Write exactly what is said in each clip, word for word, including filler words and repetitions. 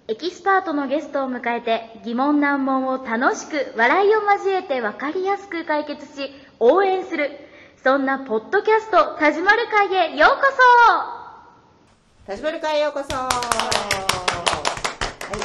エキスパートのゲストを迎えて疑問難問を楽しく笑いを交えて分かりやすく解決し応援する、そんなポッドキャスト田島る会へようこそ。田島る会へようこそ。はい、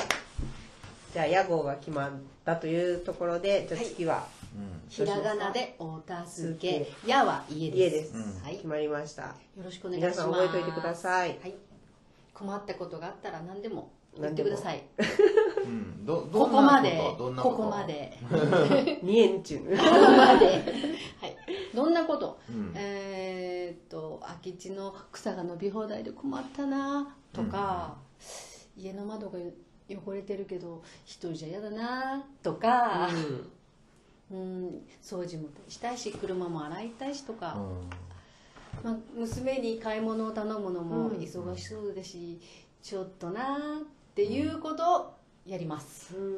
じゃあ屋号が決まったというところで、じゃあ次は、はい、 ひらがなでお助け、やは家です。 家です、 うん、 はい、決まりました。よろしくお願いします。 皆さん覚えておいてください。 はい、困ったことがあったら何でも言ってください。 うん、どここまで、ここまで、 にえんちゅう、 ここまで、はい、どんなこと、うん、えー、っと空き地の草が伸び放題で困ったなとか、うん、家の窓が汚れてるけど一人じゃ嫌だなとか、うん、うん、掃除もしたいし車も洗いたいしとか、うん、まあ、娘に買い物を頼むのも忙しそうですし、ちょっとなっていうことをやります。 うん、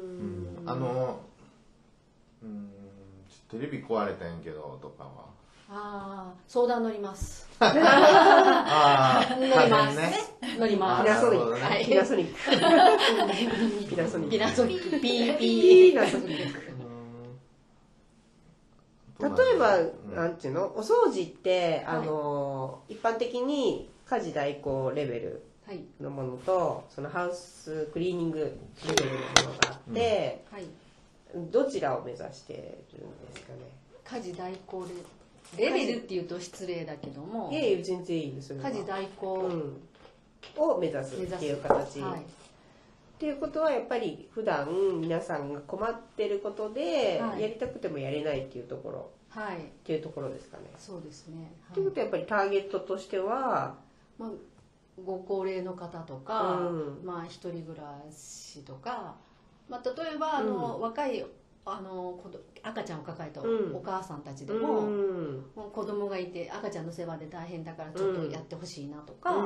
あの、うん、テレビ壊れたんやけどとかは、 ああ、相談乗ります。 ああ、 乗りますね。乗ります。 ピナソニック、 はい、 ピナソニック、ピナソニック、 ピナソニック、ピーピー、 ピナソニック。例えば、なんていうの、お掃除って、あの、一般的に家事代行レベルのものと、そのハウスクリーニングレベルのものがあって、はい、どちらを目指してるんですかね。 家事代行レベルっていうと失礼だけども、 いやいや全然いいですよ。 家事代行、うん、 を目指すっていう形。はい、っていうことはやっぱり普段皆さんが困ってることで、はい、やりたくてもやれないっていうところ、はい、っていうところですかね。 そうですね。 と、はい、いうことはやっぱりターゲットとしては、 まあ、ご高齢の方とか、うん、まあ、一人暮らしとか、まあ、例えばあの、うん、若いあの赤ちゃんを抱えたお母さんたちでも、うん、もう子供がいて赤ちゃんの世話で大変だからちょっとやってほしいなとか、うん、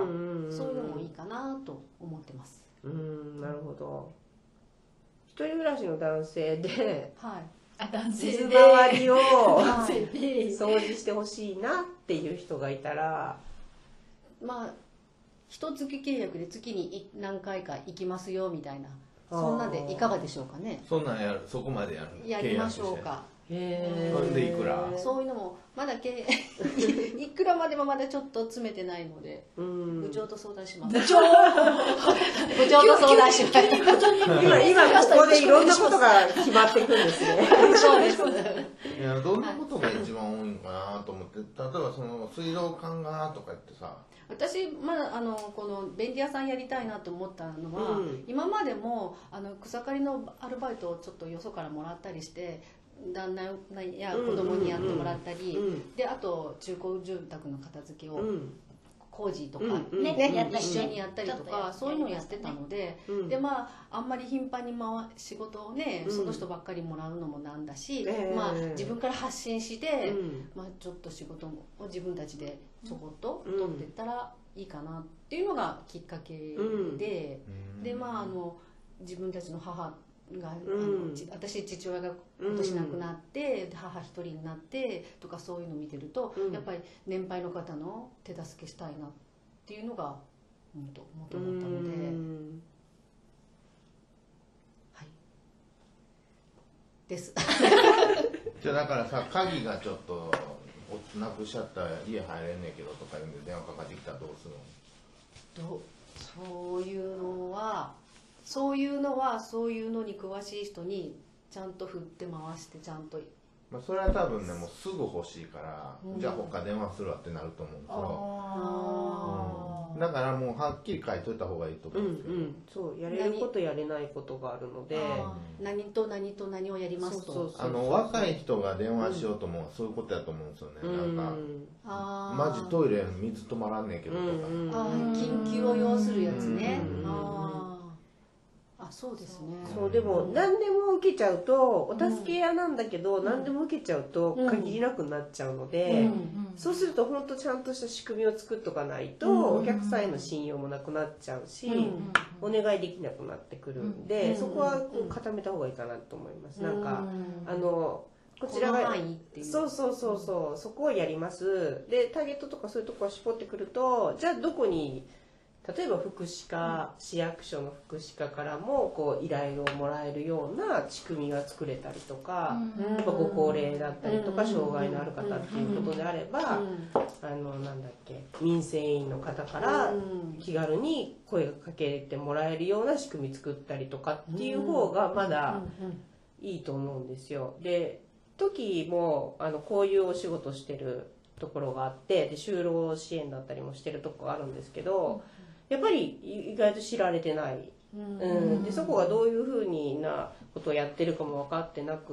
そういうのもいいかなと思ってます。 うん、なるほど。一人暮らしの男性で、はい、あ、男性で水回りを掃除してほしいなっていう人がいたら、 まあ一月契約で月に何回か行きますよみたいな、そんなんでいかがでしょうかね。 そんなんやる、そこまでやる。 やりましょうか。 へー。それでいくら？ そういうのもまだけいくらまでもまだちょっと詰めてないので、部長と相談します。部長部長と相談します。 今今ここでいろんなことが決まっていくんですね。 そうです。 いや、どんなことが一番多いのかなと思って、例えばその水道管がとか言ってさ。 私まだあのこの便利屋さんやりたいなと思ったのは、うん、今までもあの草刈りのアルバイトをちょっとよそからもらったりして旦那や子供にやってもらったり、うんうんうん、であと中古住宅の片付けを、うん、工事とか、うんねね、一緒にやったりとか、そういうのをやってたので、うん、でまああんまり頻繁に回仕事をね、うん、その人ばっかりもらうのもなんだし、うん、まあ自分から発信して、うん、まあ、ちょっと仕事を自分たちでちょこっと取っていったらいいかなっていうのがきっかけで、うん、でまああの自分たちの母が、うん、あの私父親が今年亡くなって、うん、母一人になってとかそういうのを見てると、うん、やっぱり年配の方の手助けしたいなっていうのがもっともっと思ったので、うん、はいです。 じゃあだからさ、鍵がちょっとなくしちゃったら家入れんねんけどとか言うんで電話かかってきたらどうするの？ どそういうのはそういうのはそういうのに詳しい人にちゃんと振って回してちゃんと、 まあ、それは多分ねもうすぐ欲しいから、うん、じゃあ他電話するわってなると思うんですよ、うん、だからもうはっきり書いといた方がいいと思うんですけど、うんうん、 そうやれることやれないことがあるので、 何と何と何をやりますと、 あの若い人が電話しようと思う、うん、そういうことやと思うんですよね、うん、なんか、あマジトイレ水止まらんねんけどとか、うんうん、 あ緊急を要するやつね、うんうん、ああそうですね。 そうでも何でも受けちゃうとお助け屋なんだけど、うん、何でも受けちゃうと限りなくなっちゃうので、うんうん、そうすると本当ちゃんとした仕組みを作っとかないと、うん、お客さんへの信用もなくなっちゃうし、うん、お願いできなくなってくるんで、うん、そこはこう固めた方がいいかなと思います。うん、なんかあのこちらがそうそうそうそうそこをやります。でターゲットとかそういうところを絞ってくると、じゃあどこに例えば福祉課、うん、市役所の福祉課からもこう依頼をもらえるような仕組みが作れたりとか、うん、やっぱご高齢だったりとか、うん、障害のある方っていうことであれば、うん、あのなんだっけ民生委員の方から気軽に声がかけてもらえるような仕組み作ったりとかっていう方がまだいいと思うんですよ。で時もあのこういうお仕事してるところがあってで就労支援だったりもしてるところがあるんですけど、やっぱり意外と知られてない、うん、でそこがどういうふうになことをやってるかも分かってなくって、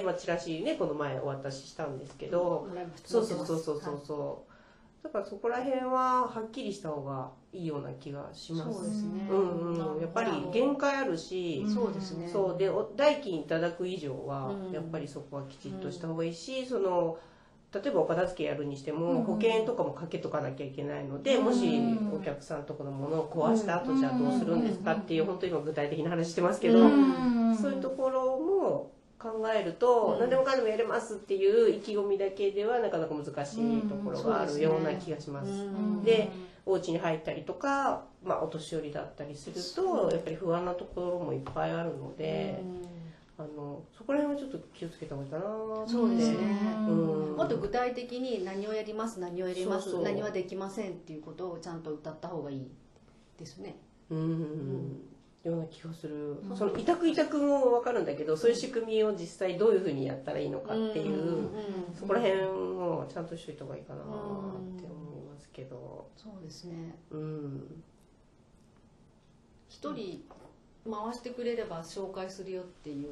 まあ、チラシねこの前お渡ししたんですけど、うん、そうそうそうそうそうそう、はい、だからそこら辺ははっきりした方がいいような気がします。 そうですね、 うんうん、やっぱり限界あるし、 そうですね、 そうで代金いただく以上はやっぱりそこはきちっとした方がいいし、その例えばお片付けやるにしても保険とかもかけとかなきゃいけないので、もしお客さんとこのものを壊した後じゃあどうするんですかっていう、本当に今具体的な話してますけど、そういうところも考えると何でもかんでもやれますっていう意気込みだけではなかなか難しいところがあるような気がします。でお家に入ったりとか、まあ、お年寄りだったりするとやっぱり不安なところもいっぱいあるので。あのそこら辺はちょっと気をつけた方がいいかな。 そうですね、うん、もっと具体的に何をやります何をやりますそうそう何はできませんっていうことをちゃんと歌った方がいいですね。 うん、うん、ような気がする、うん、その委託委託も分かるんだけど、そういう仕組みを実際どういうふうにやったらいいのかっていう、うんうん、そこら辺をちゃんとしといた方がいいかなって思いますけど、 うん、そうですね、 うん、 一人回してくれれば紹介するよっていう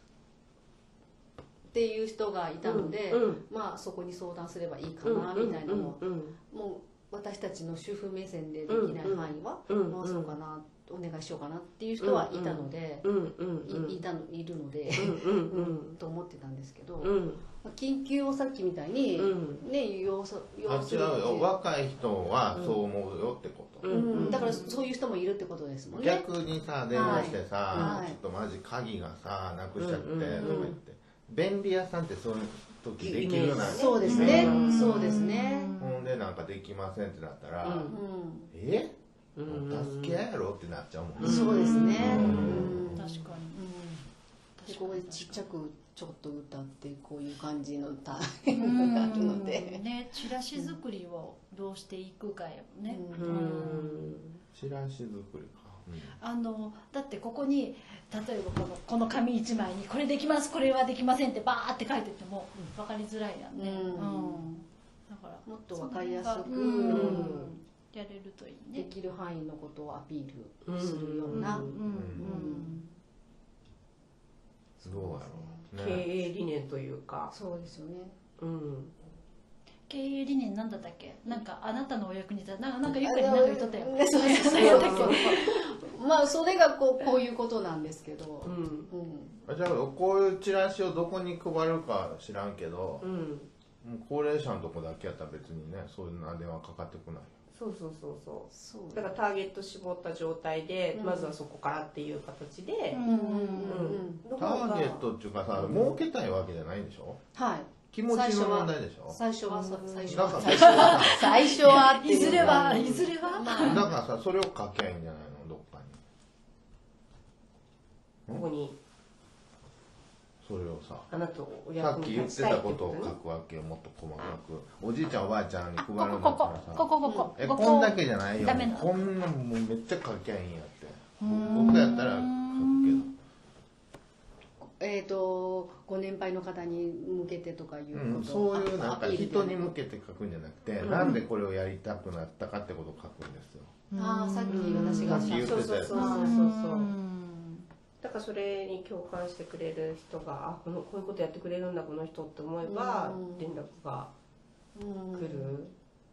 っていう人がいたので、うんうん、まあそこに相談すればいいかなみたいなのは、うんうんうん、もう私たちの主婦目線でできない範囲は回そうかな、お願いしようかなっていう人はいたので、いたのいるのでと思ってたんですけど、うん、緊急をさっきみたいに、うん、ね要素要するに違うよ、若い人はそう思うよってこと、 うんうん、だからそういう人もいるってことですもんね。 逆にさ電話してさ、はい、ちょっとマジ鍵がさなくしちゃってとか言って、便利屋さんってそういう時できるような、 そうですね、そうですね。 ほんでなんかできませんってなったら、うん、えもう助け合いやろってなっちゃうもんね。 そうですね、 確かに。 でここでちっちゃくちょっと歌ってこういう感じのタイムがあるので、 ね、チラシ作りをどうしていくかよね。 チラシ作りか。 あのだってここに例えばこのこの紙いちまいにこれできますこれはできませんってバーって書いてても分かりづらいやんね。うん、だからもっと分かりやすくやれるといいね。 できる範囲のことをアピールするような。 どうやろう、ね、 経営理念というか。 そうですよね。 うん。 経営理念なんだったっけ？なんかあなたのお役に立つなんかなんかゆっくりなんか言っとったよ。 そうですね。まあそれがこうこういうことなんですけど。うんうん。じゃあこういうチラシをどこに配るか知らんけど、うん、もう高齢者のとこだけやったら別にねそういう電話かかってこない。 そうそうそうそうそうだからターゲット絞った状態で、うん、まずはそこからっていう形でターゲットっていうかさ、うん、儲けたいわけじゃないんでしょ。 はい、 気持ちの問題でしょ。 最初は最初は最初は最初はいずれはいずれはだからさそれを書きゃいいんじゃないのどっかにここにそれをさあなたをさっき言ってたことを書くわけよ。もっと細かくおじいちゃんおばあちゃんに配るんだったらさここここえこんだけじゃないよこんなもうめっちゃ書きゃいいんやって僕やったら書くけどえっとご年配の方に向けてとかいうこと、うん、 そういうなんか人に向けて書くんじゃなくて、うん、なんでこれをやりたくなったかってことを書くんですよ。 ああさっき私がさっき言ってたやつ。 そうそうそうそうだからそれに共感してくれる人があこのこういうことやってくれるんだこの人って思えば連絡が来る。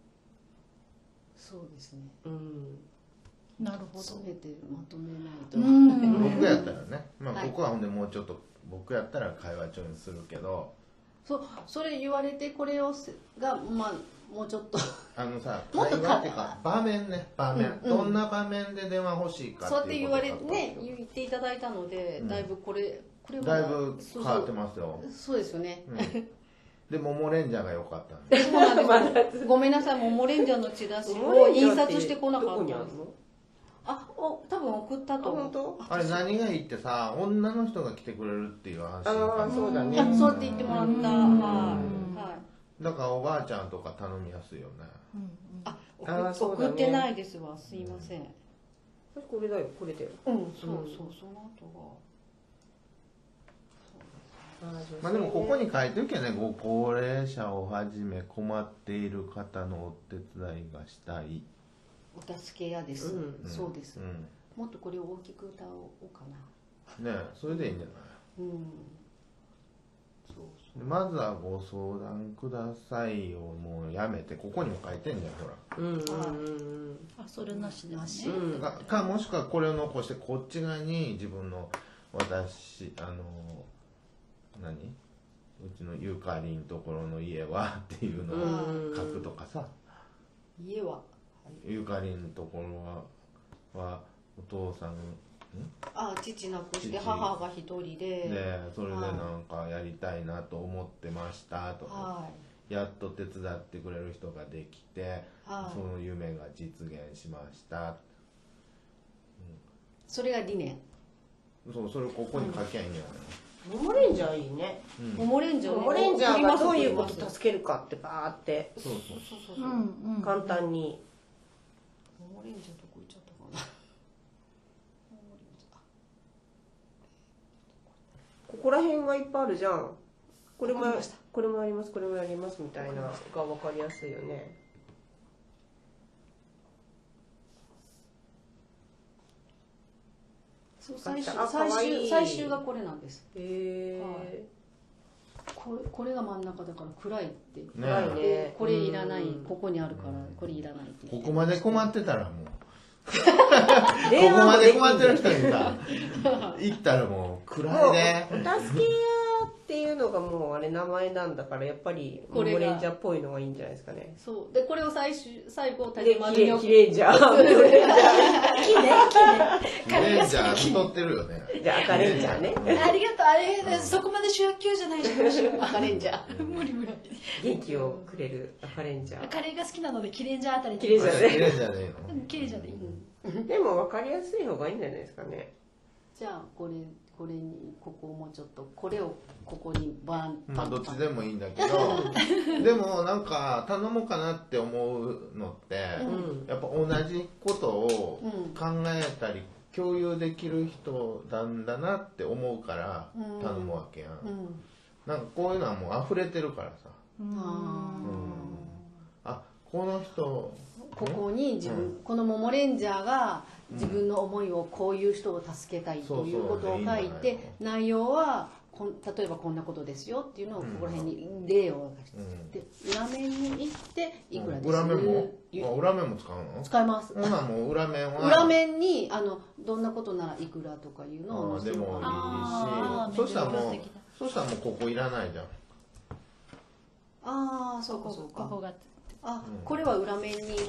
そうですね。 うん。 なるほど。 全てまとめないと。僕やったらね、まあ僕はほんでもうちょっと僕やったら会話帳にするけど。 そうそれ言われてこれをがまあ。もうちょっとあのさ会話っていうか場面ね場面、うんうん、どんな場面で電話欲しいかっていうことそうやって言われね言っていただいたので、うん、だいぶこれこれはだいぶ変わってますよ。 そうですよね、 うん、でモモレンジャーが良かったんでそうなんですごめんなさいモモレンジャーのチラシを印刷してこなかったんです。 お多分送ったと思う。 本当？ あれ何がいいってさ、女の人が来てくれるっていう安心感。 ああそうだね。 あ、そうって言ってもらった。はいはい。 だからおばあちゃんとか頼みやすいよね。 あ、 あそうだね送ってないですわ。すいません。 これだよ、これだよ。 うん、そうそうその後が。 まあでもここに書いてるけどね、ご高齢者をはじめ困っている方のお手伝いがしたい。 お助け屋です。 うんそうです。 うん、 もっとこれを大きく歌おうかな。 ねえ、それでいいんじゃない。 うん。そうそう。 まずはご相談くださいをもうやめて、ここにも書いてんじゃん、ほら。 うんうんうん。 あ、それなしでなし。 うん。 かかもしくはこれを残してこっち側に自分の私あの何うちのゆかりんところの家はっていうのを書くとかさ、 家はゆかりんところははお父さんんあ父亡くして母が一人ででそれでなんかやりたいなと思ってましたとか、 はい、 やっと手伝ってくれる人ができて、 はい、 その夢が実現しました、うん、 それが理念。 そうそれここに書きゃいいんじゃない。 モモレンジャーいいね。 モモレンジャー、 モモレンジャーがどういうこと助けるかってバーって、 そうそうそうそう、 うんうん、 簡単に。 モモレンジャーどこ行っちゃったかな。 ここら辺がいっぱいあるじゃん。これもこれもありますこれもありますみたいなが分かりやすいよね。 そう最終最終最終がこれなんです。 へえ、 はい、これこれが真ん中だから暗いって暗いね。 これいらない、ここにあるからこれいらないって。 ここまで困ってたらもうここまで困ってる人にさ行ったらもう暗いね。 お助け屋っていうのがもうあれ名前なんだからやっぱりモモレンジャーっぽいのがいいんじゃないですかね。 そうでこれを最終最後でキレキレンジャーキレキレレンジャー太ってるよね。 じゃあ赤レンジャーね。 ありがとう。あれそこまで主役級じゃないし赤レンジャー無理無理。 元気をくれる赤レンジャー。 カレーが好きなのでキレンジャーあたりで。 キレンジャーね。 キレンジャーでいいの。 キレンジャーでいい。 でも分かりやすい方がいいんじゃないですかね。 じゃあこれこれにここをもうちょっとこれをここにバンまあどっちでもいいんだけどでもなんか頼もうかなって思うのって、うん、やっぱ同じことを考えたり共有できる人なんだなって思うから頼むわけやん、うん、なんかこういうのはもう溢れてるからさ、うん、あこの人ここに自分、うん、このモモレンジャーが自分の思いをこういう人を助けたいということを書いて、内容はこん例えばこんなことですよっていうのをここら辺に例を書いて、裏面に行っていくらです、 裏面も裏面も使うの？ 使います。 今もう裏面は裏面にあのどんなことならいくらとかいうのを載せてもいいし、そしたらもうそしたらもうここいらないじゃん。 ああそうかそうか。 ここがあ、うん、これは裏面に行って、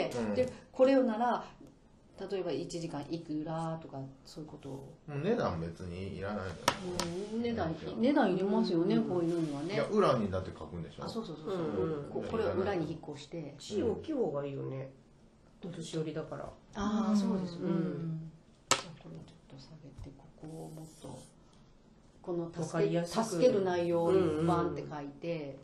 うん、でこれをなら例えばいちじかんいくらとかそういうことをもう値段別にいらないのよ、 うん、値段値段入れますよね、うん、こういうのにはね。 いや裏にだって書くんでしょ。 あそうそうそうそう、うん、これを裏に引っ越して字大きい方がいいよね、お年寄りだから。 ああそうですね、うん、じゃあこれちょっと下げてここをもっとこの助け助ける内容をバンって書いて、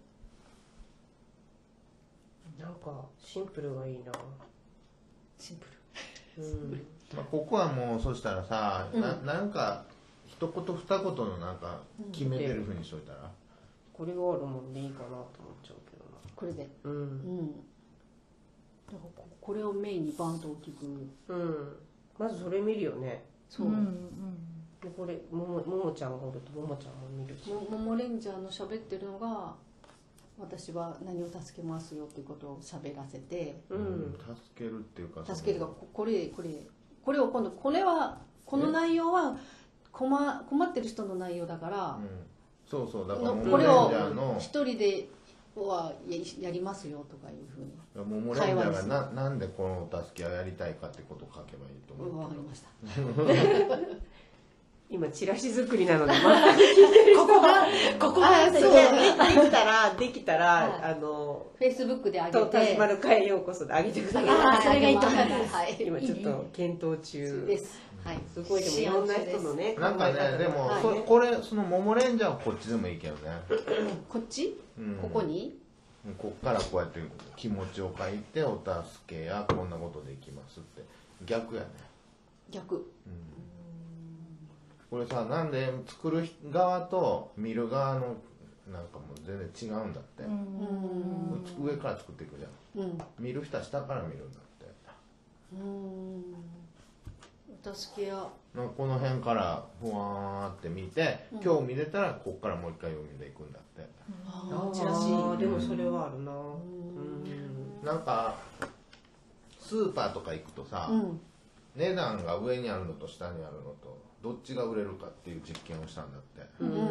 なんかシンプルがいいな。 シンプル、 うんまあ、ここはもうそしたらさ、うん、な, なんか一言二言のなんか決めてるふうにしといたら、うん、 これがあるもんでいいかなと思っちゃうけどな。 これでうん、うん、 だからこれをメインにバンと大きく、 うん、まずそれ見るよね。 そう、うんうん、 でこれももももちゃんがおるとももちゃんも見るし、 ももレンジャーの喋ってるのが私は何を助けますよっていうことを喋らせて、 うん、助けるっていうか助けるがこれこれこれを今度これはこの内容は困困ってる人の内容だから、うん、 そうそうだからこれを一人では や, やりますよとかいうふうにモモレンジャーが な, なんでこの助けをやりたいかってことを書けばいいと思う。 わかりました今今チラシ作りなので全く聞いてる人ここがここがそうできたらできたらあのフェイスブックで上げと田て島の会へようこそで上げてください。 あそれがいいと思います。 はい、 今ちょっと検討中です。はい、 すごいでもいろんな人のねなんかねでもそこれそのモモレンジャーはこっちでもいいけどね。 こっち？ うんここに？ こっからこうやって気持ちを書いてお助けやこんなことできますって逆やね。 逆。 うんこれさなんで作る側と見る側のなんかもう全然違うんだって。うん上から作っていくじゃん。うん、見る人は下から見るんだって。 うんお助けやこの辺からふわーって見て、うん、興味出たらこっからもう一回読みでいくんだって。 あチラシでもそれはあるな。うんなんかスーパーとか行くとさ、うん、値段が上にあるのと下にあるのとどっちが売れるかっていう実験をしたんだって。うんうんうん、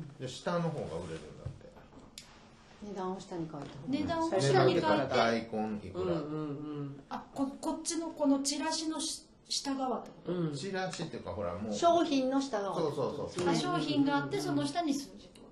で下の方が売れるんだって。 値段を下に書いて値段を下に書いて大根いくら、うんうんうん、あ こ, こっちのこのチラシの下側ってこと、 うん、チラシっていうかほらもう商品の下側そうそうそう、 あ商品があってその下に数字ってこと、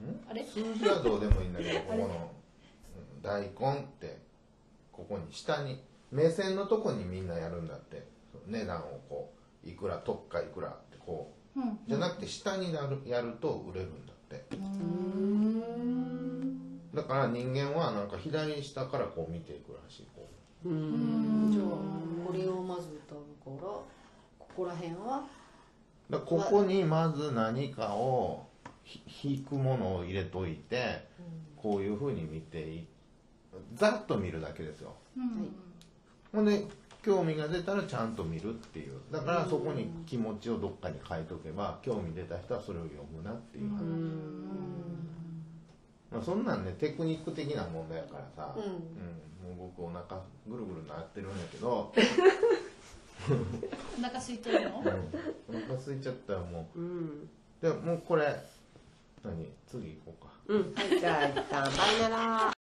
うん、 あれ数字はどうでもいいんだけどここの大根ってここに下に目線のとこにみんなやるんだって。値段をこういくら特価いくらってこう、うん、じゃなくて下になるやると売れるんだって。うーんだから人間はなんか左下からこう見ていくらしい。こううーんじゃあこれをまず歌うからここら辺はだここにまず何かを引くものを入れといて、うん、こういうふうに見ていざっと見るだけですよ。うん、ほんで興味が出たらちゃんと見るっていう。だからそこに気持ちをどっかに書いとけば興味出た人はそれを読むなっていう話。うん、まあ、そんなんねテクニック的な問題やからさ、うんうん、もう僕お腹ぐるぐるなってるんだけどお腹空いてるの、うん、 お腹空いちゃったらもう、うん、でもうこれ何次行こうか。 うん、はい、じゃあ一旦バイなら。